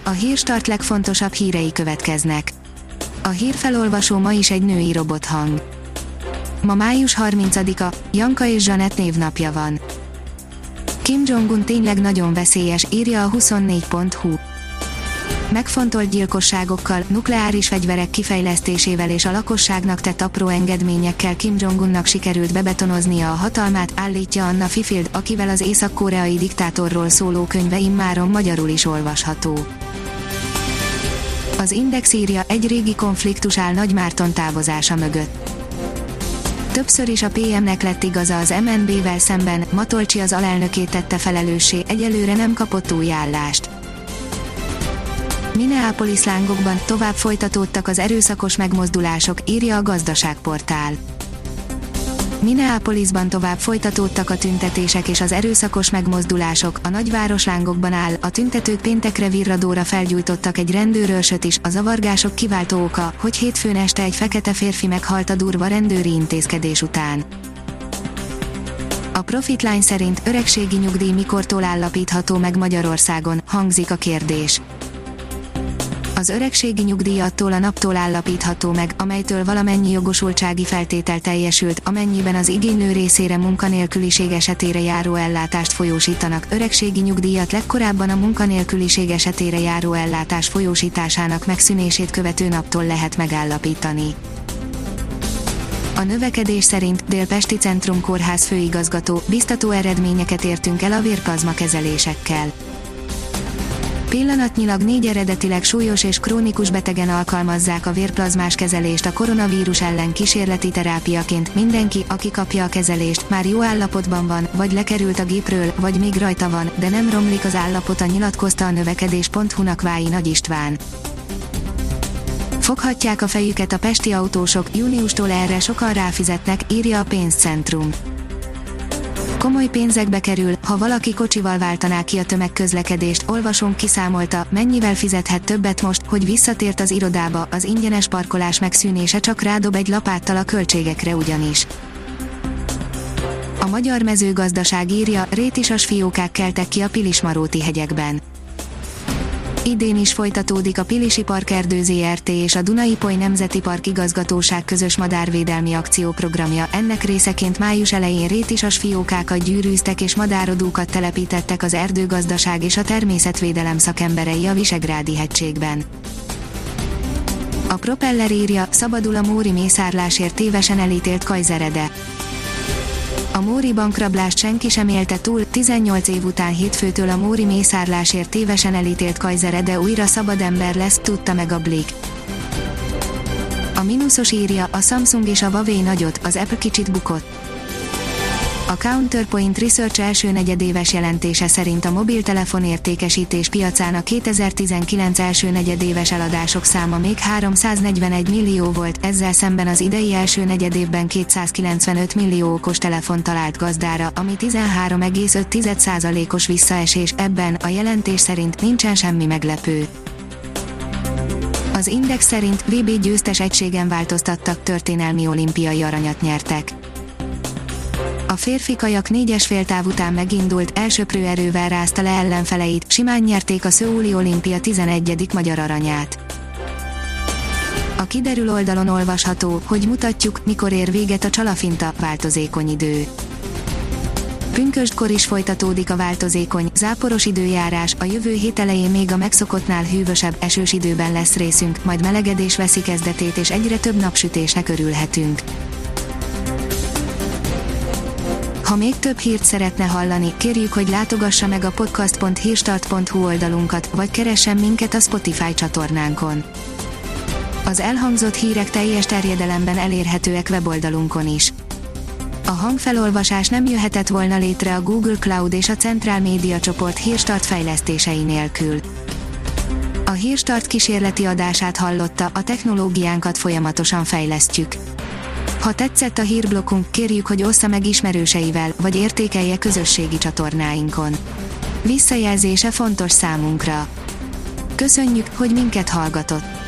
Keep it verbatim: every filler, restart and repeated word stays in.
A Hírstart legfontosabb hírei következnek. A hírfelolvasó ma is egy női robothang. Ma május harmincadika, Janka és Zsanett névnapja van. Kim Jong-un tényleg nagyon veszélyes, írja a huszonnégy pont hu. Megfontolt gyilkosságokkal, nukleáris fegyverek kifejlesztésével és a lakosságnak tett apró engedményekkel Kim Jong-unnak sikerült bebetonoznia a hatalmát, állítja Anna Fifield, akivel az észak-koreai diktátorról szóló könyve immáron magyarul is olvasható. Az Index írja, egy régi konfliktus áll Nagy Márton távozása mögött. Többször is a pé emnek lett igaza az em en bé-vel szemben, Matolcsi az alelnökét tette felelőssé, egyelőre nem kapott új állást. Minneapolis lángokban tovább folytatódtak az erőszakos megmozdulások, írja a gazdaságportál. Minneapolisban tovább folytatódtak a tüntetések és az erőszakos megmozdulások, a nagyváros lángokban áll, a tüntetők péntekre virradóra felgyújtottak egy rendőrőrsöt is, a zavargások kiváltó oka, hogy hétfőn este egy fekete férfi meghalt a durva rendőri intézkedés után. A Profitline szerint öregségi nyugdíj mikortól állapítható meg Magyarországon, hangzik a kérdés. Az öregségi nyugdíj attól a naptól állapítható meg, amelytől valamennyi jogosultsági feltétel teljesült, amennyiben az igénylő részére munkanélküliség esetére járó ellátást folyósítanak. Öregségi nyugdíjat legkorábban a munkanélküliség esetére járó ellátás folyósításának megszűnését követő naptól lehet megállapítani. A növekedés szerint Dél-Pesti Centrum Kórház főigazgató, biztató eredményeket értünk el a vérplazma kezelésekkel. Pillanatnyilag négy eredetileg súlyos és krónikus betegen alkalmazzák a vérplazmás kezelést a koronavírus ellen kísérleti terápiaként. Mindenki, aki kapja a kezelést, már jó állapotban van, vagy lekerült a gépről, vagy még rajta van, de nem romlik az állapota, nyilatkozta a növekedés pont hu-nak Vályi Nagy István. Foghatják a fejüket a pesti autósok, júniustól erre sokan ráfizetnek, írja a Pénzcentrum. Komoly pénzekbe kerül, ha valaki kocsival váltaná ki a tömegközlekedést, olvasónk kiszámolta, mennyivel fizethet többet most, hogy visszatért az irodába, az ingyenes parkolás megszűnése csak rádob egy lapáttal a költségekre ugyanis. A Magyar Mezőgazdaság írja, rétisas fiókák keltek ki a Pilismaróti hegyekben. Idén is folytatódik a Pilisi Parkerdő zé er té és a Duna-Ipoly Nemzeti Park Igazgatóság közös madárvédelmi akcióprogramja. Ennek részeként május elején rétisas fiókákat gyűrűztek és madárodókat telepítettek az erdőgazdaság és a természetvédelem szakemberei a Visegrádi hegységben. A Propeller írja, szabadul a Móri mészárlásért tévesen elítélt Kaiser Ede. A Móri bankrablást senki sem élte túl, tizennyolc év után hétfőtől a Móri mészárlásért tévesen elítélt Kaiser Ede újra szabad ember lesz, tudta meg a Blick. A mínuszos írja, a Samsung és a Huawei nagyot, az Apple kicsit bukott. A Counterpoint Research első negyedéves jelentése szerint a mobiltelefon értékesítés piacán a kétezer-tizenkilenc első negyedéves eladások száma még háromszáznegyvenegy millió volt, ezzel szemben az idei első negyedévben kétszázkilencvenöt millió okostelefon talált gazdára, ami tizenhárom egész öt százalékos visszaesés, ebben a jelentés szerint nincsen semmi meglepő. Az Index szerint vé bé győztes egységen változtattak, történelmi olimpiai aranyat nyertek. A férfi kajak négyes féltáv után megindult, elsöprő erővel rázta le ellenfeleit, simán nyerték a szöuli olimpia tizenegyedik magyar aranyát. A Kiderül oldalon olvasható, hogy mutatjuk, mikor ér véget a csalafinta, változékony idő. Pünkösdkor is folytatódik a változékony, záporos időjárás, a jövő hét elején még a megszokottnál hűvösebb, esős időben lesz részünk, majd melegedés veszi kezdetét és egyre több napsütésnek örülhetünk. Ha még több hírt szeretne hallani, kérjük, hogy látogassa meg a podcast pont hírstart pont hu oldalunkat, vagy keressen minket a Spotify csatornánkon. Az elhangzott hírek teljes terjedelemben elérhetőek weboldalunkon is. A hangfelolvasás nem jöhetett volna létre a Google Cloud és a Centrál Média csoport Hírstart fejlesztései nélkül. A Hírstart kísérleti adását hallotta, a technológiánkat folyamatosan fejlesztjük. Ha tetszett a hírblokkunk, kérjük, hogy ossza meg ismerőseivel, vagy értékelje közösségi csatornáinkon. Visszajelzése fontos számunkra. Köszönjük, hogy minket hallgatott!